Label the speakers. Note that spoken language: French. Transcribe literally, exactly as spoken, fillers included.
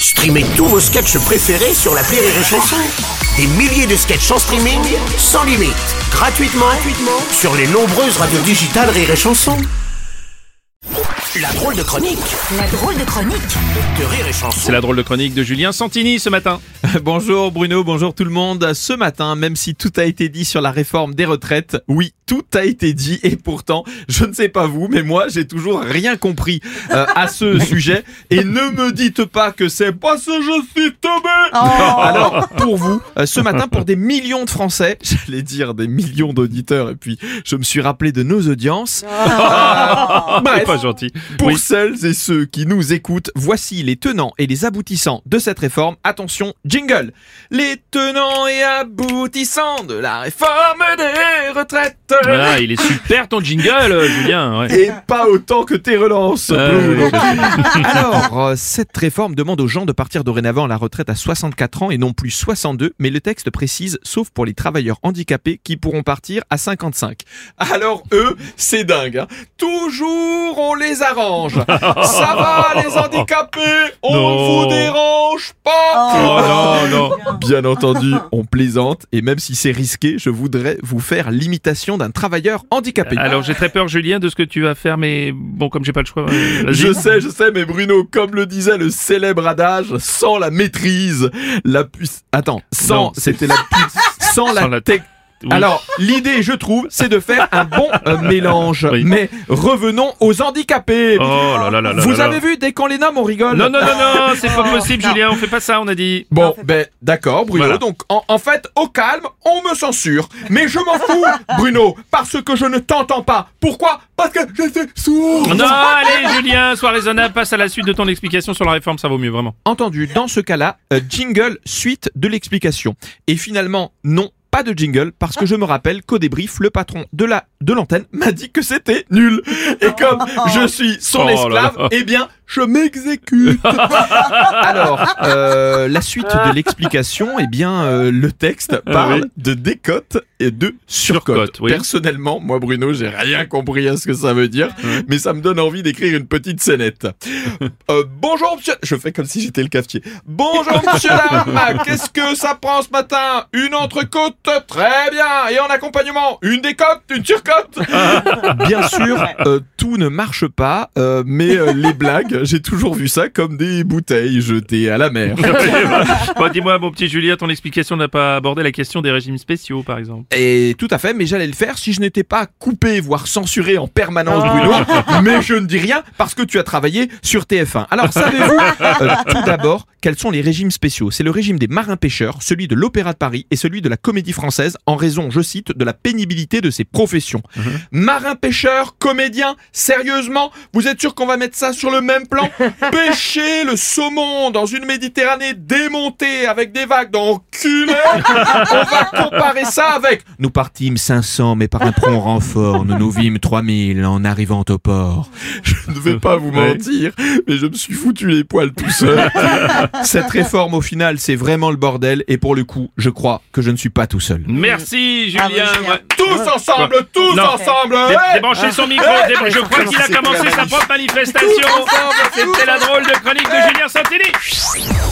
Speaker 1: Streamez tous vos sketchs préférés sur l'appli Rire et Chanson. Des milliers de sketchs en streaming, sans limite, gratuitement, gratuitement sur les nombreuses radios digitales Rire et Chanson. La drôle de chronique.
Speaker 2: La drôle de chronique
Speaker 1: de Rire et Chanson.
Speaker 3: C'est la drôle de chronique de Julien Santini ce matin.
Speaker 4: Bonjour Bruno, bonjour tout le monde. Ce matin, même si tout a été dit sur la réforme des retraites, oui, tout a été dit et pourtant, je ne sais pas vous, mais moi, j'ai toujours rien compris euh, à ce sujet. Et ne me dites pas que c'est parce que je suis tombé.
Speaker 2: Oh.
Speaker 4: Alors, pour vous, euh, ce matin, pour des millions de Français, j'allais dire des millions d'auditeurs, et puis je me suis rappelé de nos audiences.
Speaker 3: Oh.
Speaker 4: Bref,
Speaker 3: Pas gentil.
Speaker 4: pour
Speaker 3: Oui.
Speaker 4: celles et ceux qui nous écoutent, voici les tenants et les aboutissants de cette réforme. Attention, jingle. Les tenants et aboutissants de la réforme des retraites.
Speaker 3: Voilà, il est super ton jingle, euh, Julien. Ouais.
Speaker 4: Et pas autant que tes relances,
Speaker 3: Euh,
Speaker 4: Bruno. Alors, euh, cette réforme demande aux gens de partir dorénavant à la retraite à soixante-quatre ans et non plus soixante-deux, mais le texte précise, sauf pour les travailleurs handicapés qui pourront partir à cinquante-cinq. Alors eux, c'est dingue, hein. Toujours on les arrange. Ça va les handicapés, on
Speaker 3: Non.
Speaker 4: ne vous dérange pas.
Speaker 3: Oh non, non.
Speaker 4: Bien entendu, on plaisante, et même si c'est risqué, je voudrais vous faire l'imitation d'un travailleur handicapé.
Speaker 3: Alors j'ai très peur, Julien, de ce que tu vas faire, mais bon, comme j'ai pas le choix, euh, vas-y.
Speaker 4: Je sais, je sais, mais Bruno, comme le disait le célèbre adage, sans la maîtrise, la puissance... Attends, sans,
Speaker 3: Non, c'est-
Speaker 4: c'était la puissance... Sans la,
Speaker 3: Sans la-
Speaker 4: tech...
Speaker 3: Oui.
Speaker 4: Alors, l'idée, je trouve, c'est de faire un bon euh, mélange.
Speaker 3: Oui.
Speaker 4: Mais revenons aux handicapés.
Speaker 3: Oh là là là là
Speaker 4: Vous
Speaker 3: là
Speaker 4: avez
Speaker 3: là.
Speaker 4: vu, dès qu'on les nomme, on rigole.
Speaker 3: Non, non, non, non, c'est pas possible, Julien, on fait pas ça, on a dit.
Speaker 4: Bon, ben d'accord, Bruno.
Speaker 3: Voilà.
Speaker 4: Donc, en, en fait, au calme, on me censure. Mais je m'en fous, Bruno, parce que je ne t'entends pas. Pourquoi ? Parce que je suis sourd.
Speaker 3: Non, allez, Julien, sois raisonnable, passe à la suite de ton explication sur la réforme, ça vaut mieux, vraiment.
Speaker 4: Entendu, dans ce cas-là, euh, jingle, suite de l'explication. Et finalement, non, pas de jingle, parce que je me rappelle qu'au débrief, le patron de la de l'antenne m'a dit que c'était nul. Et comme je suis son
Speaker 3: Oh là
Speaker 4: esclave,
Speaker 3: là.
Speaker 4: eh bien, je m'exécute. Alors, euh, la suite de l'explication, eh bien, euh, le texte parle
Speaker 3: oui.
Speaker 4: de décote et de surcote.
Speaker 3: Surcote, oui.
Speaker 4: Personnellement, moi, Bruno, j'ai rien compris à ce que ça veut dire, mais ça me donne envie d'écrire une petite scénette. Euh, bonjour, monsieur... Je fais comme si j'étais le cafetier. Bonjour, monsieur Dame. Qu'est-ce que ça prend ce matin? Une entrecôte? Très bien. Et en accompagnement, une décote, une surcote? Bien sûr, euh, tout ne marche pas, euh, mais euh, les blagues, j'ai toujours vu ça comme des bouteilles jetées à la mer.
Speaker 3: Bon, dis-moi, mon petit Julien, ton explication n'a pas abordé la question des régimes spéciaux, par exemple.
Speaker 4: Et tout à fait, mais j'allais le faire si je n'étais pas coupé, voire censuré en permanence, Bruno. Mais je ne dis rien parce que tu as travaillé sur T F un. Alors, savez-vous, euh, tout d'abord, quels sont les régimes spéciaux? C'est le régime des marins-pêcheurs, celui de l'Opéra de Paris et celui de la Comédie Française, en raison, je cite, de la pénibilité de ces professions. Marin-pêcheur, comédien, sérieusement, vous êtes sûr qu'on va mettre ça sur le même plan? Pêcher le saumon dans une Méditerranée démontée avec des vagues d'enculés? On va comparer ça avec... Nous partîmes cinq cents, mais par un prompt renfort, nous nous vîmes trois mille en arrivant au port. Je ne vais pas vous
Speaker 3: Ouais.
Speaker 4: mentir, mais je me suis foutu les poils tout seul. Cette réforme, au final, c'est vraiment le bordel, et pour le coup, je crois que je ne suis pas tout seul.
Speaker 3: Merci, Julien.
Speaker 2: Ah, oui, Julien.
Speaker 3: Ouais.
Speaker 4: Tous ensemble, tous
Speaker 3: Non.
Speaker 4: ensemble.
Speaker 3: Dé-
Speaker 4: ouais.
Speaker 3: Débranchez son micro, dé- je crois qu'il a commencé sa propre manifestation. C'était la drôle de chronique de Julien Santini.